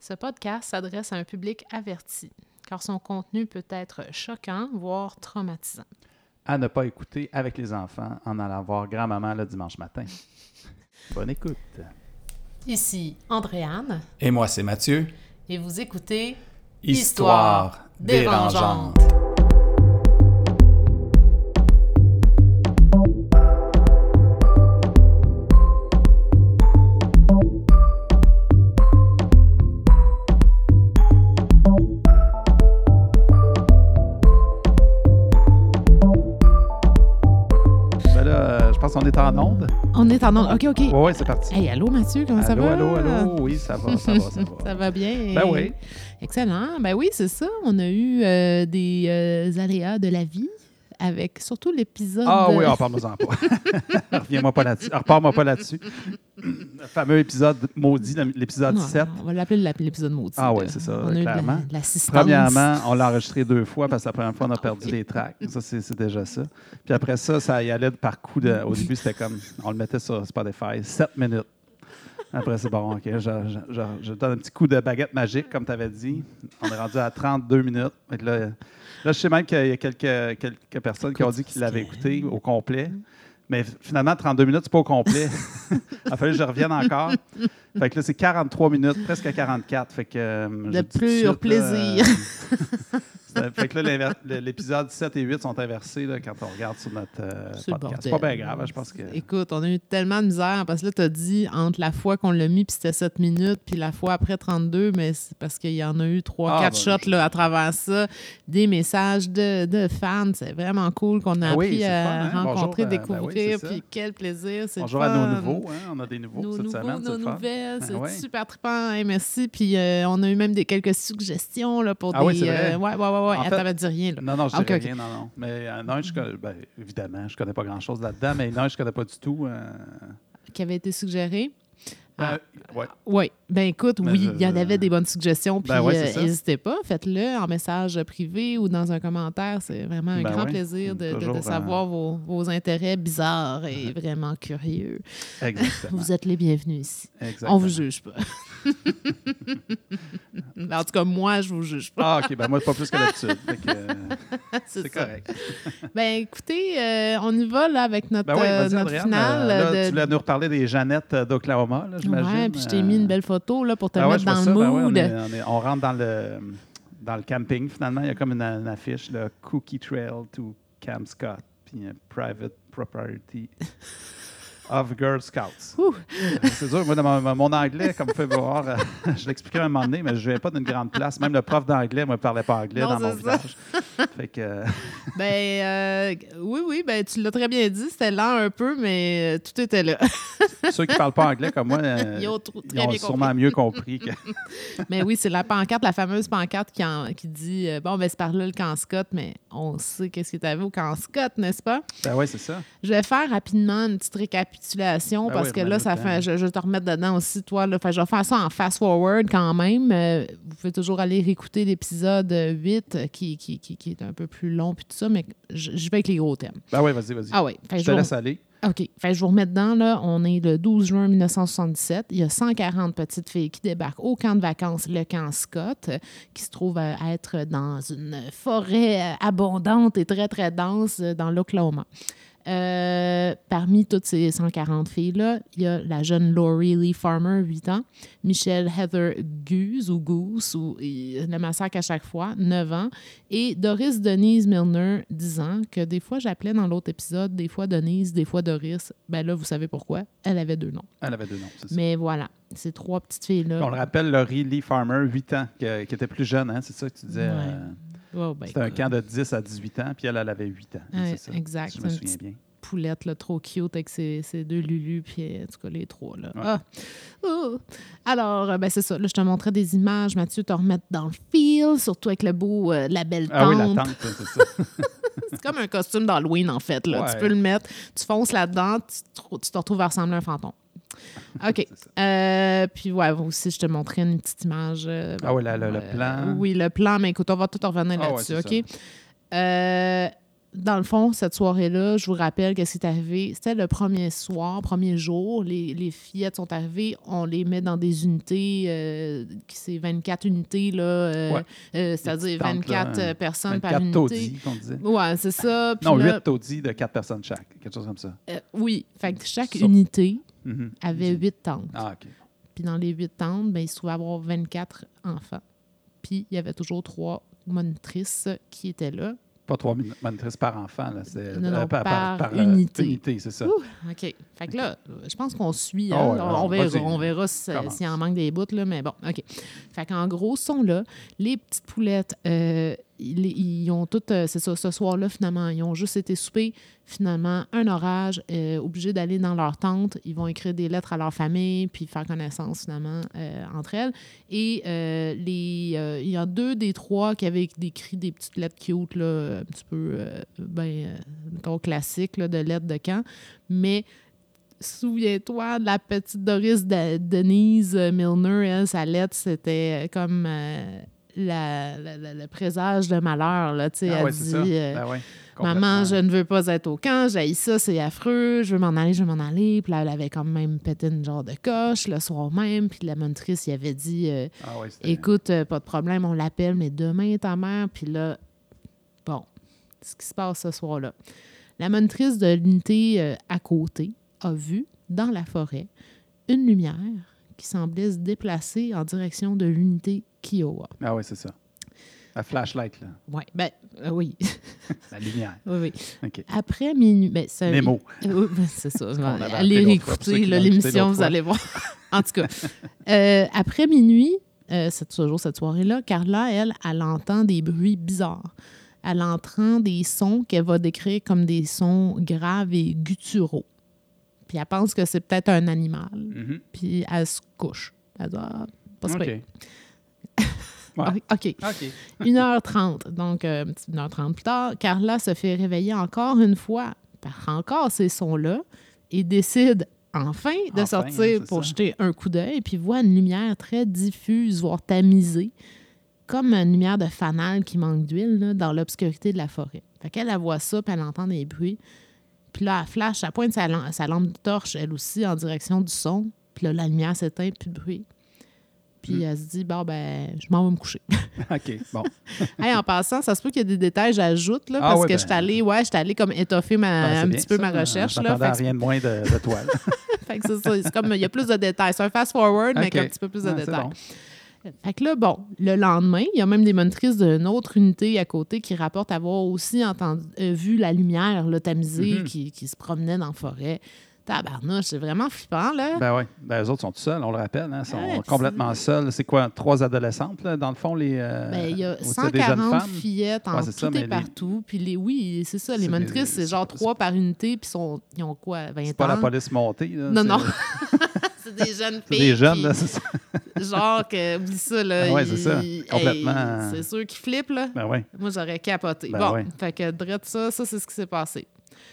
Ce podcast s'adresse à un public averti, car son contenu peut être choquant, voire traumatisant. À ne pas écouter avec les enfants en allant voir grand-maman le dimanche matin. Bonne écoute. Ici Andréane. Et moi, c'est Mathieu. Et vous écoutez Histoire dérangeante. Je pense qu'on est en onde. On est en onde. OK. Oui, c'est parti. Hey, allô Mathieu, comment ça va? Allô. Oui, ça va. Ça va bien? Ben oui. Excellent. Ben oui, c'est ça. On a eu des aléas de la vie avec surtout l'épisode... Ah oui, parle-moi-en pas. Reviens-moi pas là-dessus. Repars-moi pas là-dessus. Le fameux épisode maudit, l'épisode 7. On va l'appeler l'épisode maudit. Ah oui, c'est ça, on a clairement. Eu de l'assistance. Premièrement, on l'a enregistré 2 fois parce que la première fois, on a perdu les tracks. Ça, c'est déjà ça. Puis après ça y allait par coup de... Au début, c'était comme... On le mettait sur Spotify, 7 minutes. Après, c'est bon, OK. Je donne un petit coup de baguette magique, comme tu avais dit. On est rendu à 32 minutes. Là, je sais même qu'il y a quelques personnes qui ont dit qu'ils l'avaient écouté au complet. Mais finalement, 32 minutes, c'est pas au complet. Il a fallu que je revienne encore. Fait que là, c'est 43 minutes, presque à 44. Fait que... de pur plaisir. Fait que là, l'épisode 7 et 8 sont inversés là, quand on regarde sur notre podcast. C'est pas bien grave, hein, je pense que... Écoute, on a eu tellement de misère parce que là, tu as dit entre la fois qu'on l'a mis puis c'était 7 minutes puis la fois après 32, mais c'est parce qu'il y en a eu 3-4 shots là, à travers ça, des messages de fans. C'est vraiment cool qu'on a appris à rencontrer, découvrir. Puis quel plaisir. C'est bonjour à nos nouveaux. Hein? On a des nouveaux cette semaine. Nos nouvelles. C'est super trippant. Hey, merci. Puis on a eu même quelques suggestions là, pour des... oui, c'est vrai? Ouais. Elle t'avait dit rien, là. Non, je dirais rien, non. Mais non, évidemment, je connais pas grand-chose là-dedans, mais non, je connais pas du tout. Qui avait été suggéré? Ouais. Oui. Ben écoute, il y en avait des bonnes suggestions, puis n'hésitez pas, faites-le en message privé ou dans un commentaire. C'est vraiment un grand plaisir de savoir vos intérêts bizarres et vraiment curieux. Exactement. Vous êtes les bienvenus ici. Exactement. On vous juge pas. En tout cas, moi, je vous juge pas. OK. Ben moi, pas plus que d'habitude. C'est correct. Ben écoutez, on y va là, avec notre finale. Tu voulais nous reparler des Jeannettes d'Oklahoma, là, j'imagine. Oui, puis je t'ai mis une belle photo là, pour te mettre dans le mood. On rentre dans le camping, finalement. Il y a comme une affiche, là, Cookie Trail to Camp Scott, puis Private Property of Girl Scouts. C'est dur. Moi, dans mon anglais, comme vous pouvez voir, je l'expliquais à un moment donné, mais je ne vais pas d'une grande place. Même le prof d'anglais ne me parlait pas anglais dans mon village. Fait que... oui, tu l'as très bien dit. C'était lent un peu, mais tout était là. Ceux qui ne parlent pas anglais comme moi, ils ont sûrement mieux compris. Mais oui, c'est la pancarte, la fameuse pancarte qui dit c'est par là le camp Scott, mais on sait qu'est-ce qui est arrivé au camp Scott, n'est-ce pas? Ben oui, c'est ça. Je vais faire rapidement une petite récapitulation parce que là, ça fait. Je vais te remettre dedans aussi, toi. Là. Je vais faire ça en fast-forward quand même. Vous pouvez toujours aller réécouter l'épisode 8 qui est un peu plus long puis tout ça, mais je vais avec les gros thèmes. Ben oui, vas-y. Ah oui. Je te laisse aller. OK. Je vous remets dedans, là. On est le 12 juin 1977. Il y a 140 petites filles qui débarquent au camp de vacances, le camp Scott, qui se trouve à être dans une forêt abondante et très, très dense dans l'Oklahoma. Parmi toutes ces 140 filles-là, il y a la jeune Lori Lee Farmer, 8 ans, Michelle Heather Goose, ou le massacre à chaque fois, 9 ans, et Doris Denise Milner, 10 ans, que des fois j'appelais dans l'autre épisode, des fois Denise, des fois Doris. Ben là, vous savez pourquoi. Elle avait 2 noms. Elle avait 2 noms, c'est ça. Mais voilà, ces 3 petites filles-là. On le rappelle, Lori Lee Farmer, 8 ans, qui était plus jeune, hein, c'est ça que tu disais? C'était un camp de 10 à 18 ans, puis elle avait 8 ans. C'est ça, exact. Si je me souviens bien. Poulette là, trop cute avec ses 2 Lulu, puis en tout cas les 3. Là. Alors, c'est ça. Là, je te montrais des images. Mathieu, te remettre dans le feel, surtout avec la belle tente. Ah oui, la tente, c'est ça. C'est comme un costume d'Halloween, en fait. Là. Tu peux le mettre, tu fonces là-dedans, tu te retrouves à ressembler à un fantôme. OK. Puis, aussi, je te montrais une petite image. Le plan. Oui, le plan, mais écoute, on va tout revenir là-dessus, OK? dans le fond, cette soirée-là, je vous rappelle qu'est-ce qui est arrivé. C'était le premier soir, premier jour. Les fillettes sont arrivées. On les met dans des unités, c'est 24 unités, là, c'est-à-dire 24 personnes par 24 unité. taudis, qu'on disait. Oui, c'est ça. Puis Non, là, 8 taudis de 4 personnes chaque. Quelque chose comme ça. oui, fait que chaque Ça. unité Mhm. avait 8 tentes. Ah, OK. Puis dans les 8 tentes, ben, il se trouvait avoir 24 enfants. Puis il y avait toujours 3 monitrices qui étaient là. Pas 3 monitrices par enfant, là. C'est, Non, par unité. unité. C'est ça. Ouh, OK. Fait que là, je pense qu'on suit. Ah Hein? ouais, on vas-y. verra Commence. s'il en manque des bouts, là, mais bon, OK. Fait qu'en gros, sont là. Les petites poulettes, ils ont toutes, c'est ça, ce soir-là, finalement, ils ont juste été soupés. Finalement, un orage, obligés d'aller dans leur tente. Ils vont écrire des lettres à leur famille, puis faire connaissance, finalement, entre elles. Et il y a 2 des 3 qui avaient écrit des petites lettres cute, là, un petit peu, mettons, classiques, là, de lettres de camp. Mais souviens-toi de la petite Doris Denise Milner, elle, sa lettre, c'était comme le présage de malheur. Là, Ah, elle ouais, dit c'est ça. Ben ouais, Maman, complètement. je ne veux pas être au camp, j'haïs ça, c'est affreux, je veux m'en aller, je veux m'en aller. Puis là, elle avait quand même pété une genre de coche le soir même. Puis la monitrice, il avait dit Ah, ouais, c'était... écoute, pas de problème, on l'appelle, mais demain, ta mère. Puis là, bon, ce qui se passe ce soir-là. La monitrice de l'unité à côté a vu, dans la forêt, une lumière qui semblait se déplacer en direction de l'unité Kiowa. Ah, oui, c'est ça. La flashlight, là. Oui, oui. La lumière. Oui. OK. Après minuit... Nemo. Oui, c'est ça. avait Allez appelé l'autre fois, pour ceux réécouter qui là, l'ont écouté l'émission, l'autre vous fois. allez voir. En tout cas, après minuit, c'est toujours cette soirée-là, Carla, elle entend des bruits bizarres. Elle entend des sons qu'elle va décrire comme des sons graves et gutturaux. Puis elle pense que c'est peut-être un animal. Mhm. Puis elle se couche. Elle dit, pas si OK. pire. Ouais. OK. OK. 1h30. Donc, 1h30 plus tard, Carla se fait réveiller encore une fois par encore ces sons-là et décide enfin de Enfin, sortir c'est pour ça. jeter un coup d'œil, puis voit une lumière très diffuse, voire tamisée, comme une lumière de fanal qui manque d'huile là, dans l'obscurité de la forêt. Fait qu'elle elle voit ça, puis elle entend des bruits. Puis là, elle flash, elle pointe sa lampe de torche, elle aussi, en direction du son. Puis là, la lumière s'éteint, plus de bruit. Puis elle se dit, bon, ben, je m'en vais me coucher. OK, bon. Hey, en passant, ça se peut qu'il y ait des détails que j'ajoute, là, Ah parce ouais, que ben, je suis allée comme étoffer Ben, c'est un bien petit peu ça. ma recherche. Je Là, m'attendais à fait que rien de moins de toi. là. fait que c'est ça. C'est comme, il y a plus de détails. C'est un fast-forward, mais OK. avec un petit peu plus de Ah, c'est détails. bon. Fait que là, bon, le lendemain, il y a même des monitrices d'une autre unité à côté qui rapportent avoir aussi vu la lumière là, tamisée Mhm. qui se promenait dans la forêt. Tabarnouche, c'est vraiment flippant, là. Ben oui. Ben, eux autres sont tout seuls, on le rappelle. Hein, sont Ouais, puis complètement seuls. C'est quoi, 3 adolescentes, là, dans le fond, les. Ben, il y a ou c'est des jeunes 140 femmes? fillettes en Ouais, c'est ça, tout mais et les- partout. Puis oui, c'est ça. Les C'est monitrices, des- c'est genre c'est- 3 par unité, puis ils ont quoi, 20 ans? C'est pas la police montée. Là, Non, c'est- non. C'est des jeunes C'est filles. des jeunes, puis là, c'est ça. genre que, oublie ça, là. Ah ouais, c'est ça. Complètement. C'est sûr qu'ils flippent, là. Ben oui. Moi, j'aurais capoté. Ben bon, ouais. fait que drette ça, c'est ce qui s'est passé.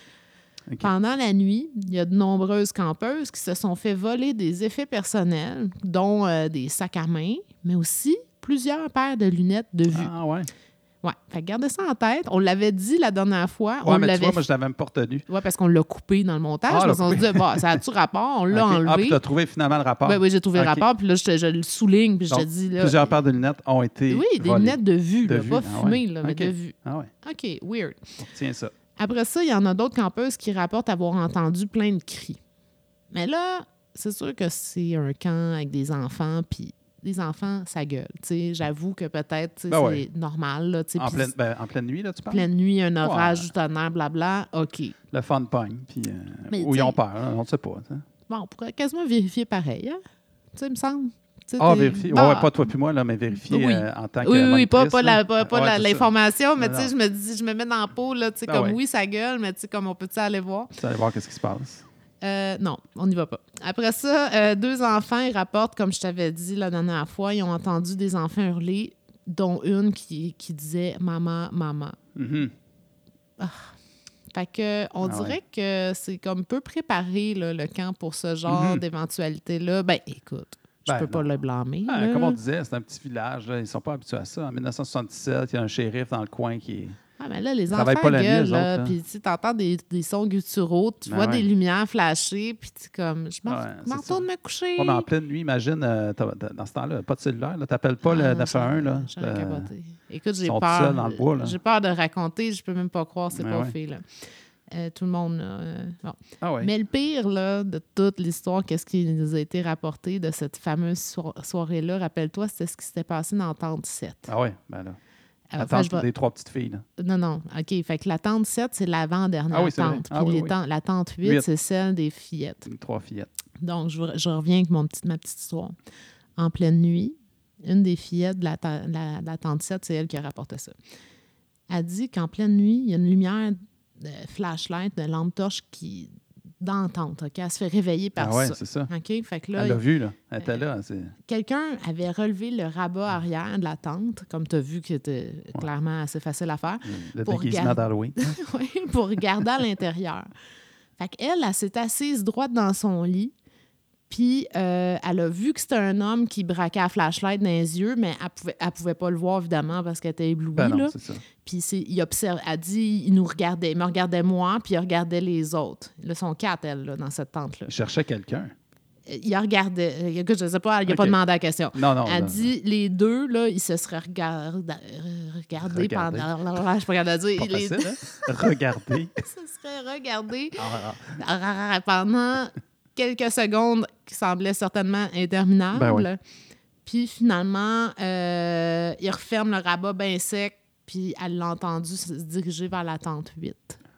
OK. Pendant la nuit, il y a de nombreuses campeuses qui se sont fait voler des effets personnels, dont des sacs à main, mais aussi plusieurs paires de lunettes de vue. Ah ouais. Ouais, fait que gardez ça en tête. On l'avait dit la dernière fois. Ouais, on mais tu l'avait vois, moi, je l'avais même pas retenu. Ouais, parce qu'on l'a coupé dans le montage. Ah, on l'a parce qu'on se coupé. dit, bah, ça a-tu rapport? On l'a OK. Ah, enlevé. puis tu as trouvé finalement le rapport. Oui, j'ai trouvé OK. le rapport, puis là, je le souligne, puis je te Donc, dis... Là, plusieurs paires de lunettes ont été oui, des volées. lunettes de vue, De là, vue, pas ah fumées, ouais. là, mais OK. de vue. Ah ouais. OK, weird. Tiens ça. Après ça, il y en a d'autres campeuses qui rapportent avoir entendu plein de cris. Mais là, c'est sûr que c'est un camp avec des enfants, puis les enfants, ça gueule. Tu sais, j'avoue que peut-être, tu sais, Ben c'est ouais. normal, là, tu sais, En puis en pleine nuit, là, tu parles? pleine nuit, un orage, Ouais. du tonnerre, blabla, OK. Le fun pogne, puis Mais où tu ils ont sais- peur, hein, on ne sait pas. Tu sais. Bon, on pourrait quasiment vérifier pareil, hein? Tu sais, il me semble. Tu sais, Ah, t'es- vérifier. Bah, Ouais, pas toi puis moi, là, mais vérifier Oui. en tant que oui, pas monitrice, là. Ouais, c'est ça. l'information, mais Non, tu sais, non. je me dis, je me mets dans la peau, là, tu sais, Ben comme ouais. oui, ça gueule, mais tu sais, comme on peut-tu aller voir? Tu vas aller voir qu'est-ce qui se passe. Non, on n'y va pas. Après ça, 2 enfants, ils rapportent, comme je t'avais dit la dernière fois, ils ont entendu des enfants hurler, dont une qui disait « Maman, maman Mhm. ». Fait que on Ah dirait que c'est comme peu préparé, là, le camp pour ce genre Mhm. d'éventualité-là. Ben, écoute, je Ben, peux pas non. le blâmer. Ah, là. comme on disait, c'est un petit village. Là, ils ne sont pas habitués à ça. En 1977, il y a un shérif dans le coin qui Ah, mais là, les Ils travaillent enfants pas la nuit, gueulent, eux là, autres, là. puis tu entends des sons gutturaux, tu vois des lumières flasher, puis tu comme, je m'en c'est retourne me coucher. Ouais, mais en pleine nuit, imagine, dans ce temps-là, pas de cellulaire, tu n'appelles pas le 911, là. J'aurais capoté. Écoute, Ils sont tout seuls dans le bois, là. J'ai peur de raconter, je peux même pas croire, c'est Mais pas ouais. fait, là. Tout le monde, là, bon. Ah ouais. Mais le pire, là, de toute l'histoire, qu'est-ce qui nous a été rapporté de cette fameuse soirée-là, rappelle-toi, c'était ce qui s'était passé dans Tente 7. Ah ouais, ben là. La Enfin, tante des 3 petites filles, là. Non. OK. Fait que la tente 7, c'est l'avant-dernière Ah oui, c'est vrai. tente. Ah Puis oui, oui. la tente 8, 8. c'est celle des fillettes. 3 fillettes. Donc, je reviens avec ma petite histoire. En pleine nuit, une des fillettes de la tente 7, c'est elle qui a rapporté ça. Elle dit qu'en pleine nuit, il y a une lumière de flashlight, de lampe torche qui dans la tente. OK? Elle se fait réveiller par Ah ouais, ça. c'est ça. OK? Fait que là, Elle l'a vu, là. Elle était là. quelqu'un avait relevé le rabat arrière de la tente, comme tu as vu, qui était clairement assez facile à faire. Le pour déguisement d'Halloween. Oui, pour regarder à l'intérieur. Fait qu'elle, elle s'est assise droite dans son lit, puis elle a vu que c'était un homme qui braquait la flashlight dans les yeux, mais elle pouvait pas le voir, évidemment, parce qu'elle était éblouie. Ben non, là. c'est ça. Puis il observe, elle dit, il me regardait moi, puis il regardait les autres. Là, sont 4, elle, là, dans cette tente-là. Il cherchait quelqu'un. Il regardait. Écoute, je ne sais pas, il n'a pas demandé la question. Non. Elle dit, les deux, là, ils se seraient regardés pendant... Je suis pas capable de dire. Pas Les facile, hein? Regarder. Ils se seraient regardés pendant quelques secondes qui semblaient certainement interminables. Ben oui. Puis finalement, il referme le rabat bien sec, puis elle l'a entendu se diriger vers la tente 8.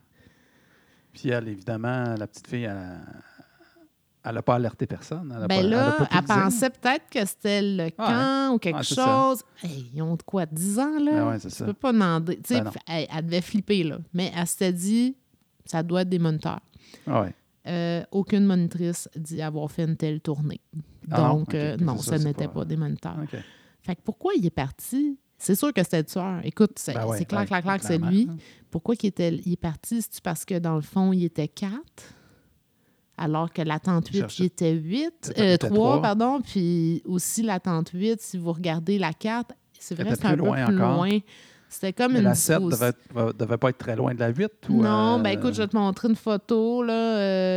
Puis elle, évidemment, la petite fille, elle n'a pas alerté personne. Elle pensait peut-être que c'était le camp ou quelque chose. Hey, ils ont de quoi, 10 ans, là? Ben ouais, c'est ça. Tu peux pas demander. Tu sais, Ben non. elle devait flipper, là. Mais elle s'était dit, ça doit être des moniteurs. Ah ouais. Aucune monitrice dit avoir fait une telle tournée. Ah non? Donc, Ok. non, C'est ça ça, n'était c'est pas des moniteurs. OK. Fait que pourquoi il est parti? C'est sûr que c'était le tueur. Écoute, c'est clair que c'est lui. Pourquoi il est parti? C'est-tu parce que, dans le fond, il était 4? Alors que la tente 8, il était 8. 3, pardon. Puis aussi, la tente 8, si vous regardez la carte, c'est vrai que c'est un peu plus loin. C'était comme une la 7 devait pas être très loin de la 8? Ou, non, ben écoute, je vais te montrer une photo, là.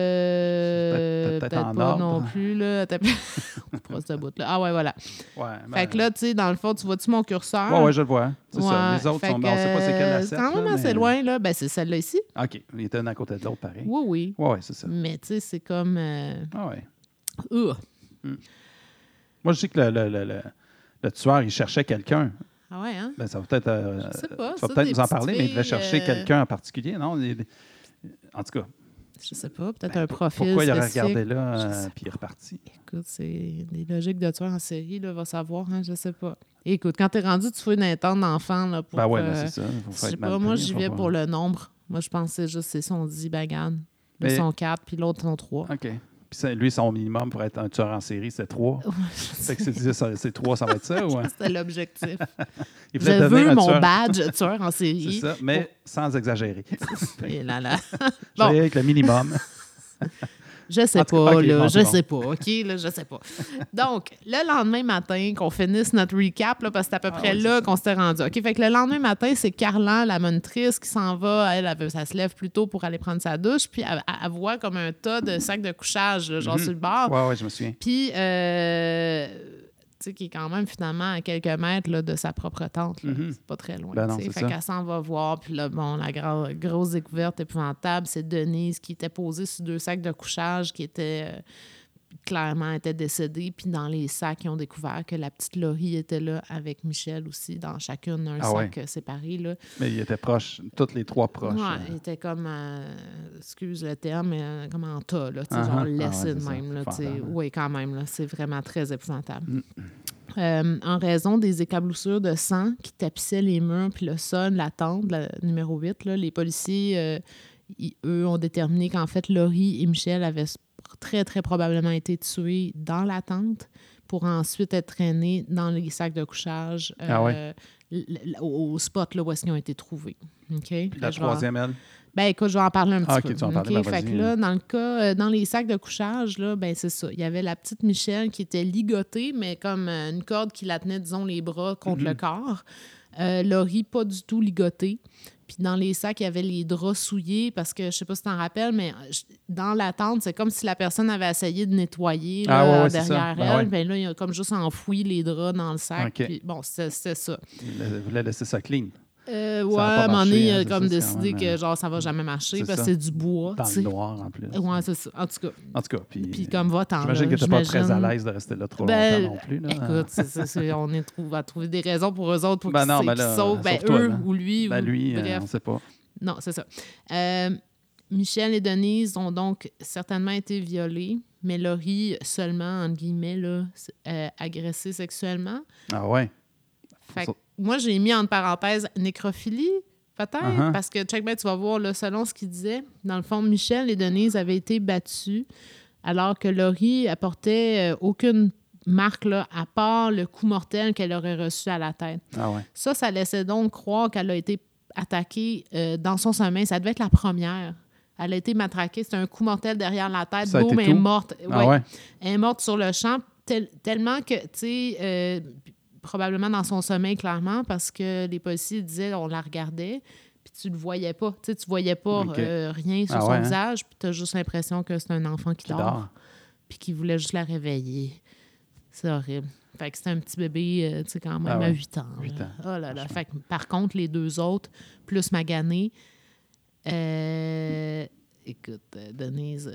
Peut-être en pas ordre. non plus, là. On pourra se bout, là. Ah ouais, voilà. Ouais, Fait que là, tu sais, dans le fond, tu vois-tu mon curseur? Oui, je le vois. C'est ça. Les autres sont... on ne sait pas c'est quelle la 7. C'est quand même assez loin, là. Ben, c'est celle-là ici. OK. Il était un à côté de l'autre, pareil. Oui. Oui, c'est ça. Mais tu sais, c'est comme... Ah ouais. Moi, je sais que le tueur, il cherchait quelqu'un. Ah ouais, hein? Ben, ça va peut-être... je sais pas. Tu vas peut-être nous en parler, mais il devait chercher quelqu'un en particulier, non? En tout cas... Je sais pas, peut-être un profil pourquoi il aurait spécifique. regardé là, puis il est reparti? Écoute, c'est des logiques de tueur en série, là, va savoir, hein, je sais pas. Écoute, quand t'es rendu, tu fais une intente d'enfant, là, pour... Ben ouais, c'est ça. Je sais pas, moi, j'y vais pour le nombre. Moi, je pensais juste, c'est ça, on dit, ben, regarde, là, sont 4, puis l'autre sont 3. OK. Puis lui, son minimum pour être un tueur en série, c'est 3. Fait que c'est 3, ça va être ça, ou... C'était l'objectif. Il je veux mon badge badge tueur en série. C'est ça, mais sans exagérer. Et là. Bon. Avec le minimum. Je sais pas, là. Je sais pas, OK? Là, je sais pas. Donc, le lendemain matin, qu'on finisse notre recap, là, parce que c'est à peu près là qu'on s'était rendu. OK? Fait que le lendemain matin, c'est Carlan, la monitrice, qui s'en va. Elle se lève plus tôt pour aller prendre sa douche. Puis, elle voit comme un tas de sacs de couchage, là, genre sur le bord. Oui, je me souviens. Puis, tu sais, qui est quand même finalement à quelques mètres là, de sa propre tente. Là. C'est pas très loin. Ben non, fait qu'elle s'en va voir. Puis là, bon, la grosse découverte épouvantable, c'est Denise qui était posée sur 2 sacs de couchage qui étaient clairement était décédée. Puis dans les sacs, ils ont découvert que la petite Laurie était là avec Michel aussi, dans chacune un sac séparé. Là. Mais ils étaient proches, toutes les 3 proches. Oui, ils étaient comme, excuse le terme, mais comme en tas, là, genre laissés de même. Là, oui, quand même, là, c'est vraiment très épouvantable. En raison des éclaboussures de sang qui tapissaient les murs puis le sol, la tente, la numéro 8, là, les policiers, eux, ont déterminé qu'en fait, Laurie et Michel avaient très, très probablement été tués dans la tente pour ensuite être traînés dans les sacs de couchage au spot là, où est-ce qu'ils ont été trouvés. Okay? La troisième, elle? Ben écoute, je vais en parler un petit peu. Tu vas en parler, fait que là, dans le cas, dans les sacs de couchage, là, ben c'est ça. Il y avait la petite Michelle qui était ligotée, mais comme une corde qui la tenait, disons, les bras contre le corps. Laurie, pas du tout ligotée. Puis dans les sacs, il y avait les draps souillés parce que, je sais pas si tu t'en rappelles, mais dans la tente, c'est comme si la personne avait essayé de nettoyer là, derrière elle. Bien là, il a comme juste enfoui les draps dans le sac. OK. Puis, bon, c'était ça. Il voulait laisser ça clean. Ouais, pas à un moment marché, donné, il a c'est comme ça, c'est décidé quand même, que genre ça va jamais marcher c'est parce que ça. c'est du bois. Dans tu sais. le noir, en plus. Ouais, c'est ça. En tout cas. Puis comme va-t'en. j'imagine que tu n'es pas très à l'aise de rester là trop longtemps non plus. Là. Écoute, on va trouver des raisons pour eux autres pour Ben non, qu'ils là, sauvent. Ben, sauve-toi, eux là. ou lui. Ben ou, lui, bref. on ne sait pas. Non, c'est ça. Michel et Denise ont donc certainement été violés, mais Laurie seulement, entre guillemets, là, agressée sexuellement. Ah ouais? Fait que moi, j'ai mis entre parenthèses nécrophilie, peut-être, parce que, check bien, tu vas voir, là, selon ce qu'il disait, dans le fond, Michel et Denise avaient été battus alors que Laurie apportait aucune marque, là, à part le coup mortel qu'elle aurait reçu à la tête. Ah ouais. Ça laissait donc croire qu'elle a été attaquée dans son sommeil. Ça devait être la première. Elle a été matraquée. C'était un coup mortel derrière la tête. Ça a Boum, été elle est tout? morte. Ah ouais? Elle est morte sur le champ, tellement que, tu sais, probablement dans son sommeil, clairement, parce que les policiers disaient, on la regardait, puis tu le voyais pas. Tu sais, tu voyais pas rien sur son visage, puis tu as juste l'impression que c'est un enfant qui dort, puis qui voulait juste la réveiller. C'est horrible. Fait que c'était un petit bébé, tu sais, quand même, à 8 ans. 8 ans. Oh là là. Fait que, par contre, les deux autres, plus Magané, écoute, Denise,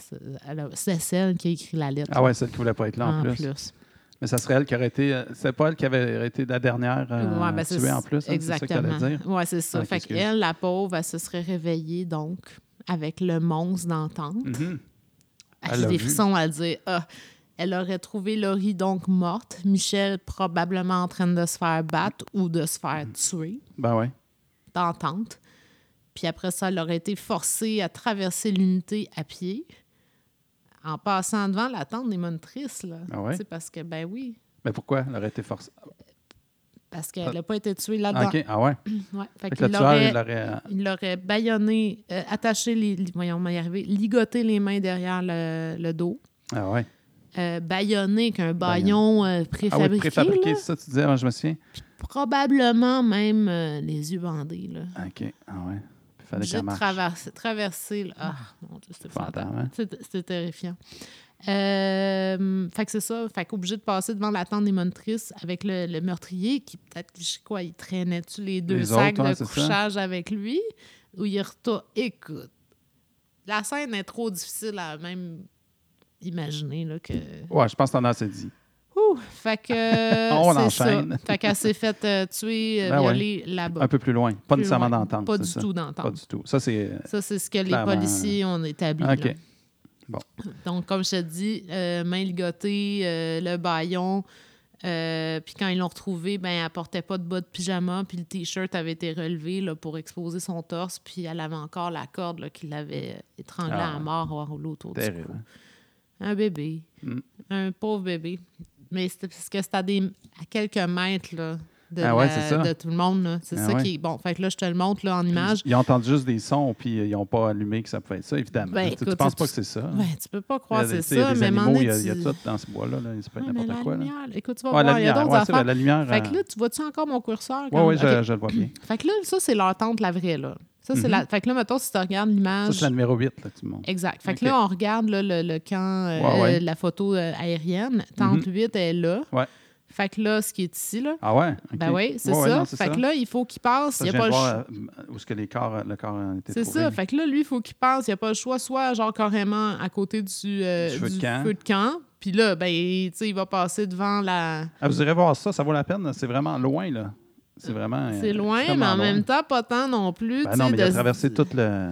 c'est celle qui a écrit la lettre. Ah ouais, celle qui voulait pas être là en plus. Mais ça serait elle qui aurait été... c'est pas elle qui avait été la dernière tuée en plus? Hein, exactement. c'est ça que tu allais dire? Oui, c'est ça. Fait qu'elle, la pauvre, elle se serait réveillée, donc, avec le monstre d'entente. Mm-hmm. Avec des frissons à dire... Elle aurait trouvé Laurie donc morte, Michel probablement en train de se faire battre ou de se faire tuer. Ben oui. D'entente. Puis après ça, elle aurait été forcée à traverser l'unité à pied en passant devant la tente des monitrices. Là. Ah ouais? Parce que, ben oui. Mais pourquoi elle aurait été forcée? Parce qu'elle n'a pas été tuée là-dedans. OK, ah ouais? Ouais. Fait que le tueur, il l'aurait bâillonné, attaché voyons, on va y arriver, ligoté les mains derrière le dos. Ah ouais? Bâillonné avec un bâillon préfabriqué. Ah oui, préfabriqué, là. c'est ça que tu disais, moi, je me souviens. Puis probablement même les yeux bandés. Là. OK, ah ouais. Il fallait qu'elle marche. Traverser. Là. Ah, mon Dieu, c'était fatal. Hein? C'était terrifiant. Fait que c'est ça. Fait qu'obligé de passer devant la tente des monitrices avec le meurtrier qui, peut-être, je sais quoi, il traînait-tu les deux sacs de couchage avec lui ou il retourne. Écoute, la scène est trop difficile à même imaginer là, que... Ouais, je pense que t'en as assez dit. Fait que on enchaîne. Ça. Fait qu'elle s'est faite tuer, violer là-bas. Un peu plus loin. Pas nécessairement d'entente. Pas du tout d'entente. Pas du tout. Ça, c'est ce que les policiers ont établi. OK. Là. Bon. Donc, comme je te dis, main ligotée, le bâillon. Puis quand ils l'ont retrouvée, ben, elle portait pas de bas de pyjama, puis le T-shirt avait été relevé là, pour exposer son torse, puis elle avait encore la corde là, qui l'avait étranglée à mort roulée autour du cou. Un bébé. Un pauvre bébé. Mais c'est parce que c'est à quelques mètres là, de tout le monde. Là. C'est ça qui est... Bon, fait que là, je te le montre là, en image. Ils ont entendu juste des sons, puis ils n'ont pas allumé que ça pouvait être ça, évidemment. Ben, écoute, tu penses pas que c'est ça? Ben, tu peux pas croire que c'est ça. Il y a des animaux, il y a tout tout dans ce bois-là. Là. Ça peut être n'importe quoi. Lumière, là. écoute, tu vas voir, il y a d'autres affaires. La lumière, fait que là, tu vois-tu encore mon curseur? Oui, je le vois bien. Fait que là, ça, c'est leur tente, la vraie, là. Ça, c'est Fait que là, mettons, si tu regardes l'image... Ça, c'est la numéro 8, là, tu montres. Exact. Fait que là, on regarde là, le camp, la photo aérienne. Tente 8 est là. Ouais. Fait que là, ce qui est ici, là... Ah ouais? Okay. Ben oui, c'est ça. Non, fait que là, il faut qu'il passe. Il y a pas où est-ce que le corps a été trouvé. C'est ça. Fait que là, lui, il faut qu'il passe. Il n'y a pas le choix. Soit, genre, carrément à côté du feu de camp. Puis là, ben, tu sais, il va passer devant la... Ah, vous irez voir ça. Ça vaut la peine. C'est vraiment loin, là. C'est vraiment... C'est loin, mais en même temps, pas tant non plus. Ben non, mais il a traversé tout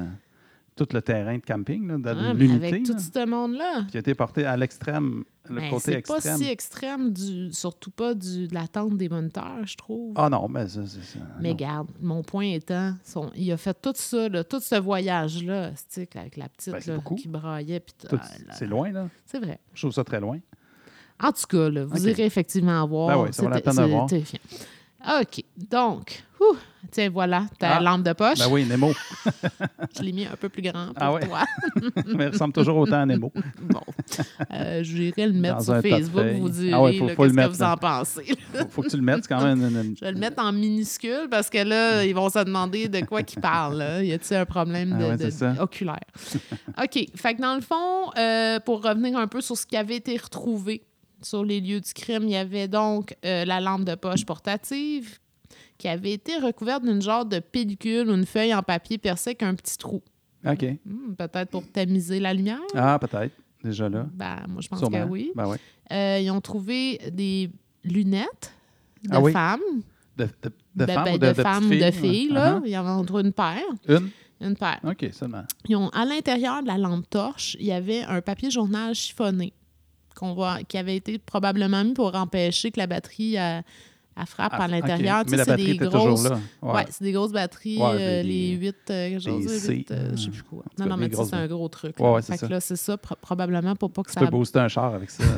le terrain de camping, là, de l'unité. Avec tout ce monde-là. Qui a été porté à l'extrême, côté extrême. C'est pas si extrême, surtout pas de la tente des moniteurs, je trouve. Ah non, mais c'est ça. Mais regarde, mon point étant, il a fait tout ça, là, tout ce voyage-là, avec la petite là, qui braillait. C'est loin, là. C'est vrai. Je trouve ça très loin. En tout cas, là, vous irez effectivement voir. Ben oui, ça vaut la peine de voir. Terrifiant. OK. Donc, tiens, voilà, ta lampe de poche. Ben oui, Nemo. Je l'ai mis un peu plus grand pour Ah ouais? toi. Mais il ressemble toujours autant à Nemo. Bon. J'irai le mettre Dans sur un tas de Facebook. feuilles. Vous direz Ah ouais, faut là, le qu'est-ce que mettre, vous là. en pensez. Faut que tu le mettes, c'est quand même Je vais le mettre en minuscule parce que là, ils vont se demander de quoi qu'ils parlent. Là. Y a-t-il un problème Ah ouais, c'est ça. oculaire? OK. Fait que dans le fond, pour revenir un peu sur ce qui avait été retrouvé sur les lieux du crime, il y avait donc la lampe de poche portative qui avait été recouverte d'une genre de pellicule ou une feuille en papier percée avec un petit trou. OK. Peut-être pour tamiser la lumière? Ah, peut-être. Déjà là. Ben, moi, je pense Sûrement. que oui. Ben oui. Ils ont trouvé des lunettes de Ah oui? femmes. De femmes ou de de femmes ou petites de filles? filles, là. Ils en ont trouvé une paire. Une paire. OK, seulement. À l'intérieur de la lampe torche, il y avait un papier journal chiffonné qui avait été probablement mis pour empêcher que la batterie elle frappe à l'intérieur. OK. Mais la batterie était toujours là. Ouais, c'est des grosses batteries, les 8, quelque chose, je sais plus quoi. Non, mais c'est un gros truc. Ouais, fait c'est que là, c'est ça, probablement pour pas que tu ça... peux booster un char avec ça.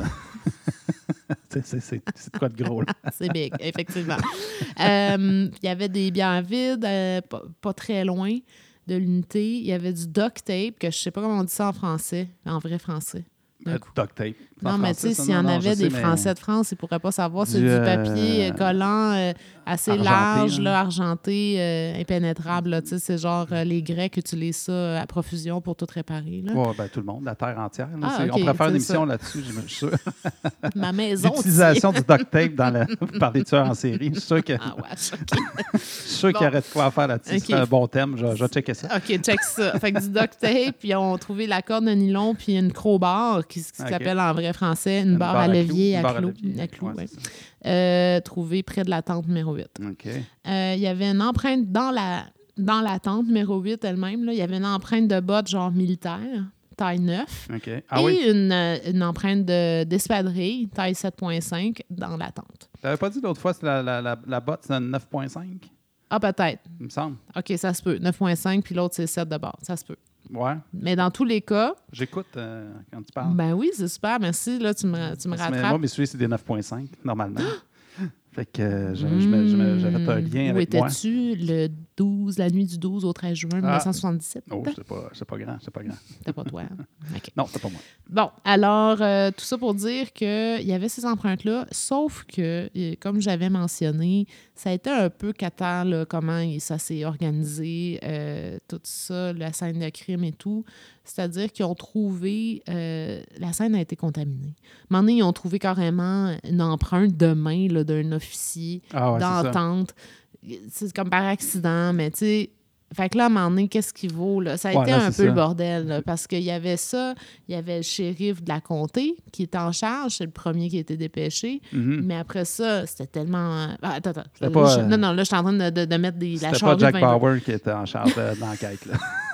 c'est de quoi de gros, là. C'est big, effectivement. Il y avait des bières vides, pas très loin de l'unité. Il y avait du duct tape, que je sais pas comment on dit ça en français, en vrai français. Duct tape. Non, mais tu sais, s'il y en avait des Français de France, ils ne pourraient pas savoir. C'est du papier collant assez argenté, large, là, argenté, impénétrable. Là. Tu sais, c'est genre les Grecs utilisent ça à profusion pour tout réparer. Oui, ben, tout le monde, la terre entière. Là, Ah, okay, on pourrait faire une c'est émission ça. là-dessus, je suis sûr. Ma maison. L'utilisation du duct tape par les tueurs en série. Je suis sûr que. Ah ouais, OK. Je suis sûr qu'il y aurait de quoi faire là-dessus. Okay. C'est un bon thème. Je vais checker ça. OK, check ça. Fait que du duct tape, puis ils ont trouvé la corde de nylon, puis une crowbar, qui s'appelle en vrai français une barre à levier à clous. Ouais. Trouvée près de la tente numéro 8. OK. Il y avait une empreinte dans la tente numéro 8 elle-même. Là, il y avait une empreinte de bottes genre militaire, taille 9. OK. Et une empreinte d'espadrille, taille 7.5, dans la tente. Tu n'avais pas dit l'autre fois que la botte, c'est un 9.5? Ah, peut-être. Il me semble. OK, ça se peut. 9.5, puis l'autre, c'est 7 de bord. Ça se peut. Ouais. Mais dans tous les cas... J'écoute quand tu parles. Ben oui, c'est super. Merci. Là, tu me rattrapes. Moi, mes souliers, c'est des 9.5, normalement. Fait que j'avais un lien où avec moi. Où étais-tu la nuit du 12 au 13 juin 1977? Oh, c'est pas grand. C'était pas toi. Hein? Okay. Non, c'était pas moi. Bon, alors, tout ça pour dire qu'il y avait ces empreintes-là, sauf que, comme j'avais mentionné, ça a été un peu cata, là, comment ça s'est organisé, tout ça, la scène de crime et tout. C'est-à-dire qu'ils ont trouvé... la scène a été contaminée. À un moment donné, ils ont trouvé carrément une empreinte de main là, d'un officier dans la tente. C'est comme par accident, mais tu sais... Fait que là, à un moment donné, qu'est-ce qui vaut? Là? Ça a été un peu le bordel, là, parce qu'il y avait ça, il y avait le shérif de la comté qui était en charge, c'est le premier qui a été dépêché, mais après ça, c'était tellement... Attends. Non, là, je suis en train de mettre la charge. C'était pas Jack Bauer qui était en charge de l'enquête, là.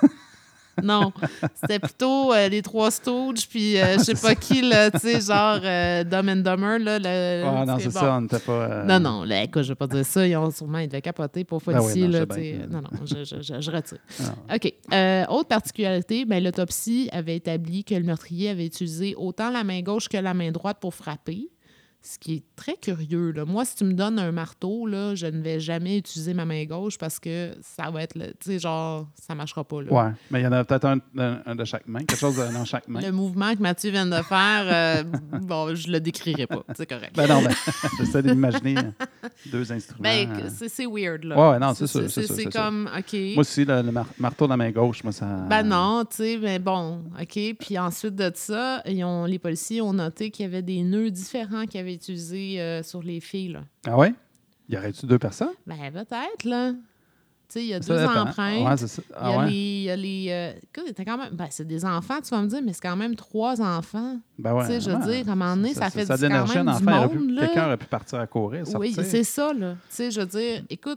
Non, c'était plutôt les trois Stooges, puis je sais pas qui, là, tu sais, genre Dumb and Dumber, là. Non, c'est ça, on n'était pas... Non, là, écoute, je vais pas dire ça, ils devaient capoter pour ici, là, tu sais. Non, je retire. Non. OK. Autre particularité, l'autopsie avait établi que le meurtrier avait utilisé autant la main gauche que la main droite pour frapper. Ce qui est très curieux. Là. Moi, si tu me donnes un marteau, là, je ne vais jamais utiliser ma main gauche parce que ça va être, tu sais, genre, ça ne marchera pas. Là. Ouais, mais il y en a peut-être un de chaque main, quelque chose dans chaque main. Le mouvement que Mathieu vient de faire, bon, je le décrirai pas, c'est correct. Ben non, j'essaie d'imaginer deux instruments. C'est weird, là. Ouais, non, c'est sûr. C'est comme, OK. Moi aussi, le marteau dans la main gauche, moi, ça... Ben non, tu sais, mais bon, OK. Puis ensuite de ça, les policiers ont noté qu'il y avait des nœuds différents qui avaient utilisé sur les filles, là. Ah ouais? Y aurait-tu deux personnes? Ben peut-être, là. Tu sais, il y a ça deux dépend. empreintes. Ouais, c'est ça. Il y a les... écoute, c'était quand même... Ben, c'est des enfants, tu vas me dire, mais c'est quand même 3 enfants. Ben ouais. Tu sais, je veux dire, à un moment donné, ça fait quand même un du monde, là. Quelqu'un aurait pu partir à courir, sortir. Oui, c'est ça, là. Tu sais, je veux dire, écoute,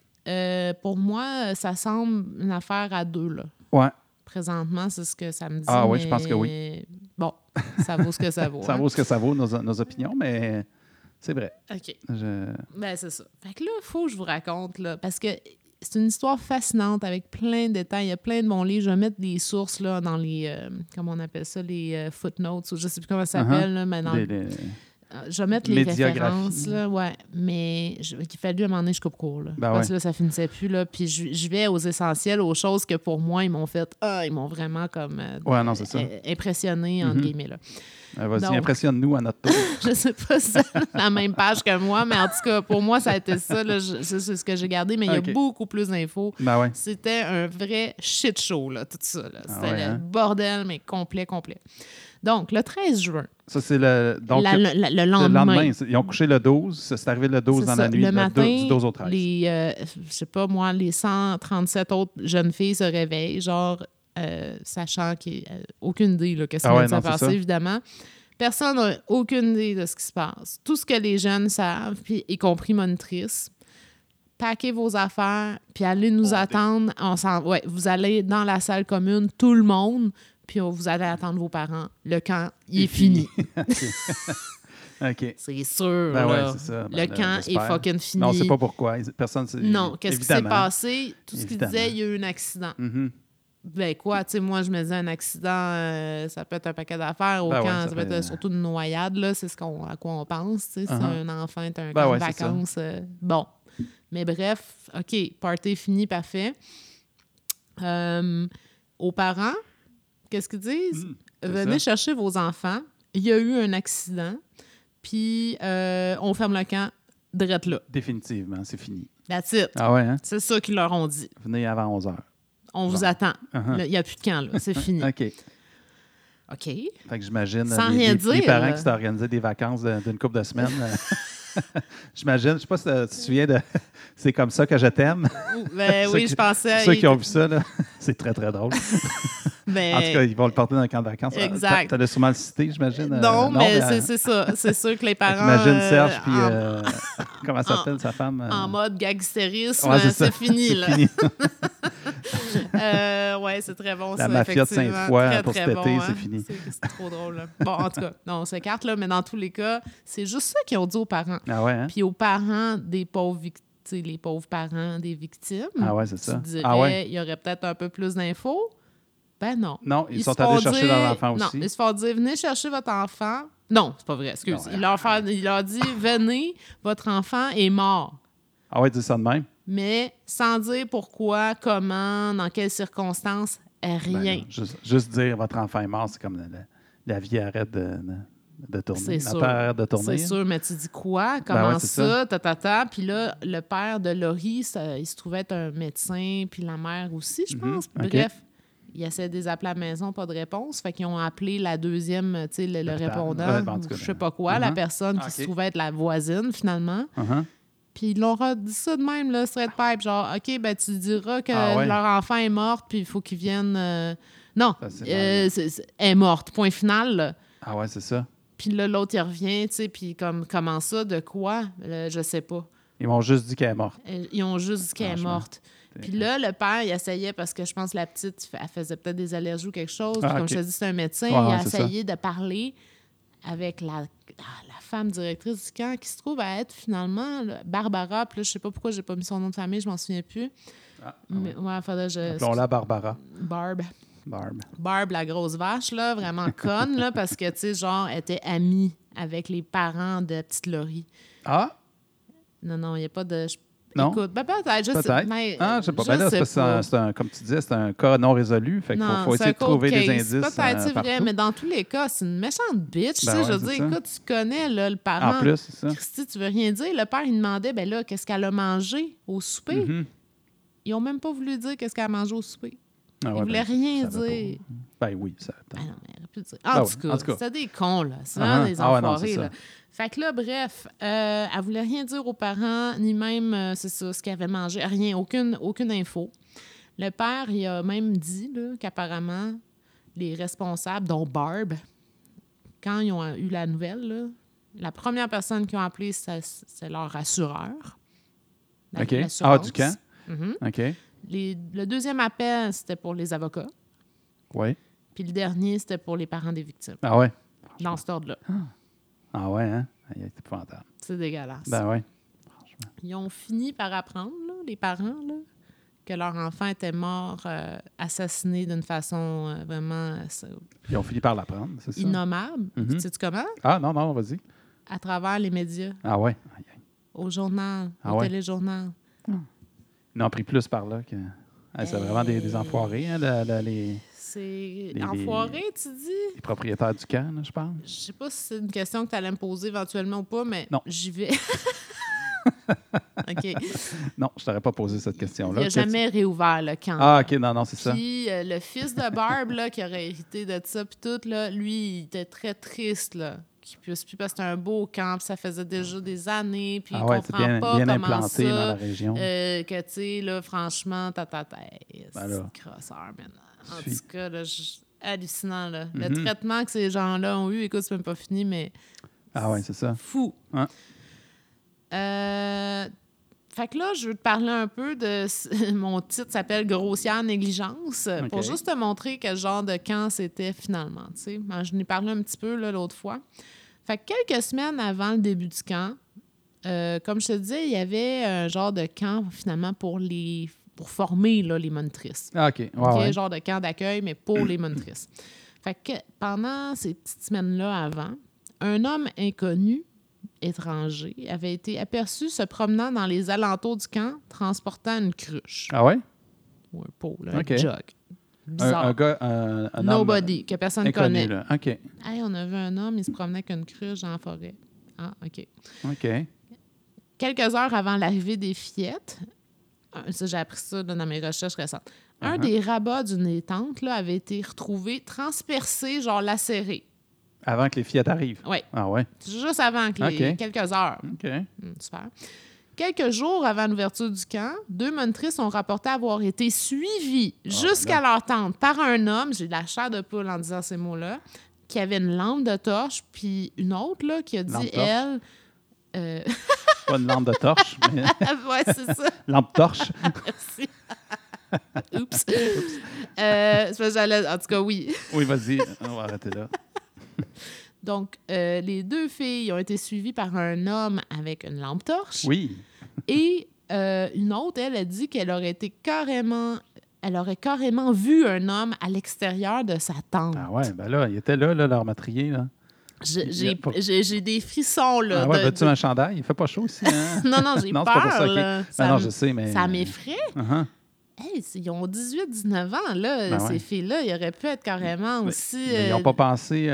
pour moi, ça semble une affaire à 2, là. Ouais. Présentement, c'est ce que ça me dit. Ah oui, je pense que oui. Bon, ça vaut ce que ça vaut. Ça vaut ce que ça vaut, nos opinions, mais c'est vrai. OK. Ben, c'est ça. Fait que là, il faut que je vous raconte, là, parce que c'est une histoire fascinante avec plein de détails. Il y a plein de bons livres. Je vais mettre des sources là, dans les... comment on appelle ça? Les footnotes, ou je ne sais plus comment ça s'appelle. Là, mais dans Je vais mettre les Médiographie. références, là, ouais. Mais il fallait à un moment donné, je coupe court, là. Ben Parce que ouais. là, ça finissait plus, là. Puis je vais aux essentiels, aux choses que pour moi, ils m'ont fait... Ah, ils m'ont vraiment comme... Ouais, non, c'est ça. impressionné, entre guillemets, là. Vas-y, Donc- impressionne-nous à notre tour. Je sais pas si c'est la même page que moi, mais en tout cas, pour moi, ça a été ça, là. C'est ce que j'ai gardé, mais il y OK. a beaucoup plus d'infos. Ben ouais. C'était un vrai shit show, là, tout ça, là. C'était ouais, le hein? bordel, mais complet. Donc, le 13 juin, Ça, c'est le... Donc, le le lendemain... ils ont couché le 12. C'est arrivé le 12 C'est dans ça. la nuit, Le matin, du 12 au 13. je sais pas moi, les 137 autres jeunes filles se réveillent, genre, sachant qu'il n'y a aucune idée là, qu'est-ce qui vient de se non, c'est passer, ça. évidemment. Personne n'a aucune idée de ce qui se passe. Tout ce que les jeunes savent, puis y compris monitrice, paquez vos affaires, puis allez nous attendre. Vous allez dans la salle commune, tout le monde, puis vous allez attendre vos parents. Le camp, il est fini. OK. C'est sûr, Ben ouais, là. c'est ça. Ben Le là, camp est j'espère. fucking fini. Non, on ne sait pas pourquoi. Personne ne Non, qu'est-ce qui s'est Évidemment. passé? Tout ce qu'il Évidemment. disait, il y a eu un accident. Mhm. Ben quoi, tu sais, moi, je me disais un accident, ça peut être un paquet d'affaires. Au Ben camp, ouais, ça peut être surtout une noyade, là, c'est à quoi on pense, tu sais, si Uh-huh. un enfant est un Ben camp ouais, de c'est ça. vacances. Bon. Mais bref, OK, party fini, parfait. Aux parents, qu'est-ce qu'ils disent? c'est Venez ça. chercher vos enfants. Il y a eu un accident, puis on ferme le camp, drette là. Définitivement, c'est fini. That's it. Ah ouais, hein? C'est ça qu'ils leur ont dit. Venez avant 11 h. On vous Genre. attend. Uh-huh. Là, il n'y a plus de camp, là. C'est fini. OK. OK. Fait que j'imagine Sans les, rien les dire, parents là. qui s'étaient organisés des vacances d'une couple de semaines. J'imagine, je sais pas si tu te souviens de C'est comme ça que je t'aime. Ben Ceux oui, qui- je pensais. Ceux qui ont vu ça, là, c'est très, très drôle. Ben, En tout cas, ils vont le porter dans le camp de vacances. Exact. Tu allais sûrement le citer, j'imagine. non, mais mais, c'est ça. C'est sûr que les parents. Imagine Serge, puis en, comment s'appelle sa femme? en mode gangstérisme, Ouais, c'est fini, C'est là. fini. Ouais, c'est très bon, La ça. mafia de effectivement. Sainte-Foy, Très, pour se très péter, bon, c'est hein. fini. C'est trop drôle, là. Bon, en tout cas, non, on s'écarte, là, mais dans tous les cas, c'est juste ça qu'ils ont dit aux parents. Ah ouais, hein? Puis aux parents des pauvres victimes, les pauvres parents des victimes. Ah ouais, c'est ça. Tu dirais, Ah ouais? il y aurait peut-être un peu plus d'infos. Ben non. Non, ils sont se font allés chercher dire- leur enfant Non, aussi. ils se font dire, venez chercher votre enfant. Non, c'est pas vrai, excuse. Non, Il leur dit, venez, votre enfant est mort. Ah ouais, dis ça de même. Mais sans dire pourquoi, comment, dans quelles circonstances, Ben rien. non, juste dire votre enfant est mort, c'est comme la vie arrête de tourner. C'est La sûr. terre arrête de tourner. C'est sûr, mais tu dis quoi? Comment ouais, c'est ça? Ta. Puis là, le père de Laurie, il se trouvait être un médecin, puis la mère aussi, je pense. OK. Bref, il essaie de les appeler à la maison, pas de réponse. Fait qu'ils ont appelé la deuxième, tu sais, le L'hôpital. répondant, Ouais, en tout cas, ou je sais pas quoi, la Mhm. personne qui OK. se trouvait être la voisine, finalement. Uh-huh. Puis ils leur ont dit ça de même, là, straight pipe, genre, OK, ben tu diras que Ah ouais. leur enfant est mort, puis il faut qu'ils viennent... Non, Ça, c'est elle est morte, point final, là. Ah ouais, c'est ça. Puis là, l'autre, il revient, tu sais, puis comme, comment ça, de quoi? Je sais pas. Ils m'ont juste dit qu'elle est morte. Ils ont juste dit qu'elle est Franchement. morte. Puis là, le père, il essayait, parce que je pense que la petite, elle faisait peut-être des allergies ou quelque chose. Puis Ah, comme OK. je te dis, c'est un médecin. Ouais, il a c'est ça. essayé de parler avec la femme directrice du camp, qui se trouve à être finalement là, Barbara. Puis là, je sais pas pourquoi j'ai pas mis son nom de famille, je m'en souviens plus. Ah, Mais ouais, faudrait que je... Appelons-la Barbara. Barb, la grosse vache, là, vraiment conne, là, parce que, tu sais, genre, elle était amie avec les parents de petite Laurie. Ah, Non, il n'y a pas de... Non? Écoute, ben peut-être, je sais peut-être. mais, Ah, je sais pas. je Ben là, sais c'est parce que c'est un, comme tu disais, c'est un cas non résolu. Fait qu'il Non, faut c'est essayer un de trouver cold des case. indices. Peut-être, c'est vrai, partout. mais dans tous les cas, c'est une méchante bitch. Ben tu sais, ouais, je veux c'est dire, ça. écoute, tu connais là, le parent. En plus, c'est ça. Christy, tu veux rien dire. Le père, il demandait, ben là, qu'est-ce qu'elle a mangé au souper? Mhm. Ils ont même pas voulu dire qu'est-ce qu'elle a mangé au souper. Ah ouais, Ils voulaient ben, rien ça va dire. pas. Ben oui, ça. Ben non, mais elle aurait pu le dire. Ben En, oui, tout cas, en tout cas. c'était des cons, là. C'est vraiment des Ah ouais, non, enfoirés, c'est ça. là. Fait que là, bref, elle voulait rien dire aux parents, ni même, c'est ça, ce qu'elle avait mangé. Rien, aucune info. Le père, il a même dit là, qu'apparemment, les responsables, dont Barb, quand ils ont eu la nouvelle, là, la première personne qu'ils ont appelée, c'est leur assureur. OK. L'assurance. Ah, du camp? Mhm. OK. Le deuxième appel, c'était pour les avocats. Oui. Puis le dernier, c'était pour les parents des victimes. Ah ouais. Dans cet ordre-là. Ah ouais, hein? Il est épouvantable. C'est dégueulasse. Ben ouais. Ils ont fini par apprendre, là, les parents, là, que leur enfant était mort, assassiné d'une façon vraiment Ils ont fini par l'apprendre, c'est ça? innommable. Mhm. Sais-tu comment? Ah non, vas-y. à travers les médias, Ah ouais? au journal, Ah au ouais? téléjournal. Ils en ont pris plus par là. C'est vraiment des enfoirés, hein, C'est les- enfoiré, tu dis? les propriétaires du camp, là, je pense. Je sais pas si c'est une question que tu allais me poser éventuellement ou pas, mais Non. j'y vais. OK. Non, je t'aurais pas posé cette Il question-là. n'a jamais réouvert le camp. Ah, OK, non, c'est ça. Puis le fils de Barb, là, qui aurait hérité de ça, puis tout, là, lui, il était très triste, là, qu'il puisse plus, parce que c'était un beau camp, puis ça faisait déjà des années, puis il Ah ouais, c'est comprend bien, pas bien comment implanté ça, dans la région. que, tu sais, là, franchement, c'est Ben là. une crosseur, maintenant. En Suis. tout cas, là, hallucinant, là. Le Mhm. traitement que ces gens-là ont eu, écoute, c'est même pas fini, mais Ah ouais, c'est ça. fou. Ouais. Fait que là, je veux te parler un peu de... Mon titre s'appelle « Grossière négligence », pour OK. juste te montrer quel genre de camp c'était finalement, tu sais. Ben, je n'ai parlé un petit peu là, l'autre fois. Fait que quelques semaines avant le début du camp, comme je te disais, il y avait un genre de camp, finalement, pour former là, les monitrices. Ah, OK. Ouais, OK? ouais. Genre de camp d'accueil, mais pour les monitrices. Fait que pendant ces petites semaines-là avant, un homme inconnu, étranger, avait été aperçu se promenant dans les alentours du camp, transportant une cruche. Ah ouais? Ou un pot, là, OK. un jug. Bizarre. Un gars, un homme Nobody, que personne ne inconnu, connaît. là. OK. Hey, on a vu un homme, il se promenait avec une cruche dans la forêt. Ah, OK. OK. Quelques heures avant l'arrivée des fillettes, ça, j'ai appris ça là, dans mes recherches récentes, un Uh-huh. des rabats d'une étante là, avait été retrouvé transpercé, genre lacéré. Avant que les fillettes arrivent. Oui, Ah ouais? juste avant que OK. quelques heures. OK. Super. Quelques jours avant l'ouverture du camp, 2 monitrices ont rapporté avoir été suivies jusqu'à leur tente par un homme, j'ai de la chair de poule en disant ces mots-là, qui avait une lampe de torche, puis une autre là, qui a dit, Lampe torche. elle... Pas une lampe de torche, mais ouais, c'est ça. lampe torche. Merci. Oups. C'est parce que en tout cas, oui. Oui, vas-y. On va arrêter là. Donc, les 2 filles ont été suivies par un homme avec une lampe torche. Oui. Et une autre, elle a dit qu'elle aurait carrément vu un homme à l'extérieur de sa tente. Ah ouais, ben là, il était là, leur matrier, là. J'ai des frissons, là. Ah ouais, veux-tu un chandail? Il fait pas chaud ici, hein? Non, j'ai Non, c'est pas pour ça, peur, OK. là. Ben non, je sais, mais... Ça m'effraie. Uh-huh. Hey, ils ont 18-19 ans, là, Ben ces ouais. filles-là. Ils auraient pu être carrément aussi... Mais ils n'ont pas pensé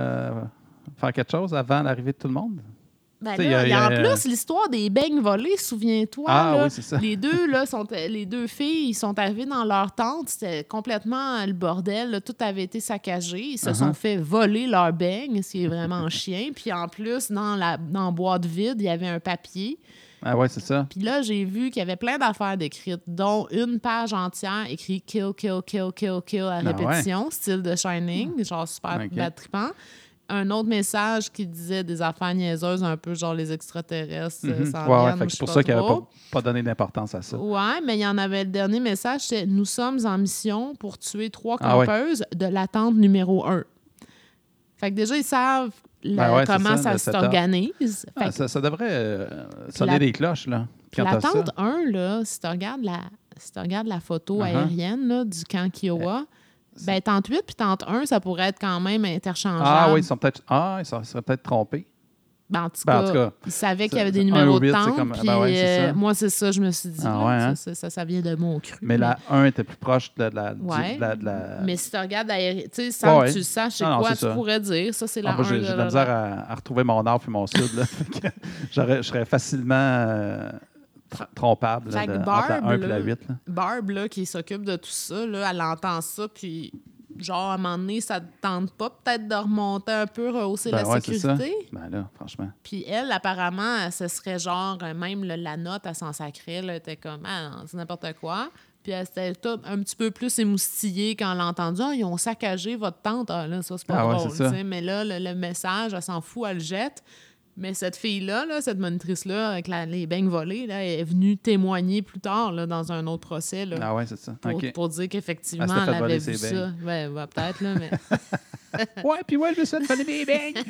faire quelque chose avant l'arrivée de tout le monde? Ben Tu sais, là, il y a- en plus, l'histoire des beignes volés, souviens-toi. Ah là, oui, c'est ça. Les 2, là, les 2 filles, ils sont arrivées dans leur tente. C'était complètement le bordel. Là, tout avait été saccagé. Ils se sont fait voler leurs beignes, ce qui est vraiment chien. Puis en plus, dans la boîte vide, il y avait un papier. Ah ouais, c'est ça. Puis là, j'ai vu qu'il y avait plein d'affaires décrites, dont une page entière écrite « kill, kill, kill, kill, kill » à répétition, style de Shining, genre super OK. bad trippant. Un autre message qui disait des affaires niaiseuses, un peu genre les extraterrestres s'en Ouais, viennent, fait ou que je c'est pour sais ça qu'il n'avait trop. pas donné d'importance à ça. Ouais, mais il y en avait le dernier message, c'est « Nous sommes en mission pour tuer 3 Ah ouais. campeuses de l'attente numéro 1 ». Fait que déjà, ils savent Ben ouais, c'est comment ça, ça le setup. s'organise. Fait Ah, que ça devrait sonner la- des cloches, là, quand la t'as ça. tente 1, là, si tu regardes la photo Uh-huh. aérienne là, du camp Kiowa, ben, tente 8 puis tente 1, ça pourrait être quand même interchangeable. Ah oui, ils se seraient peut-être trompés. Ben, en tout Ben, en cas, tout cas, ils savaient qu'il y c'est- avait des c'est numéros un ou de huit, c'est tente. comme- Puis ben ouais, c'est ça. moi, c'est ça, je me suis dit. Ah là, ouais, hein? ça vient de mon cru. Mais la 1 était plus proche de la... Ouais. de la... Mais si tu regardes l'aérien, tu sais, sans Ouais. que tu le saches, c'est Non, quoi c'est tu ça. pourrais dire. Ça, c'est la Ah, moi, 1. j'ai de la misère à retrouver mon nord puis mon sud. Là. Fait que je serais facilement trompable là, Fait que entre Barb, la 1 et la là, 8. Là. Barb, là, qui s'occupe de tout ça, là, elle entend ça, puis genre, à un moment donné, ça te tente pas peut-être de remonter un peu, rehausser la ouais, c'est ça. sécurité. Ben là, franchement. Puis elle, apparemment, ce serait genre, même là, la note, elle s'en sacrait, là, elle était comme, ah non, c'est n'importe quoi. Puis elle s'était un petit peu plus émoustillée quand elle a entendu, ah, ils ont saccagé votre tente. Ah là, ça, c'est pas Ah ouais, drôle. c'est ça. Tu sais. Mais là, le message, elle s'en fout, elle le jette. Mais cette fille-là, là, cette monitrice-là, avec les beignes volées, là, elle est venue témoigner plus tard là, dans un autre procès là, Ah ouais, c'est ça. OK. pour dire qu'effectivement, Elle s'était elle fait avait voler vu ses ça. beignes. Ouais, peut-être, là, mais... Ouais, puis ouais, je me suis fait voler mes beignes.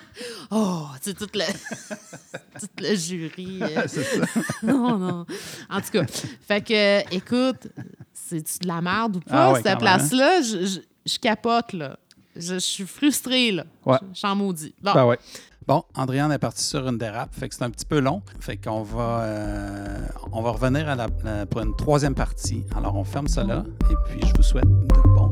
Oh, tu sais, tout le jury. C'est ça. Non. En tout cas, fait que, écoute, c'est de la merde ou Ah pas, ouais, cette quand même, place-là? Je capote, là. Je suis frustrée, là. Ouais. Je suis en maudit. Bon. Ben ouais. Bon, Andréane est partie sur une dérape, fait que c'est un petit peu long. Fait qu'on va, on va revenir pour une troisième partie. Alors, on ferme ça là, et puis je vous souhaite de bons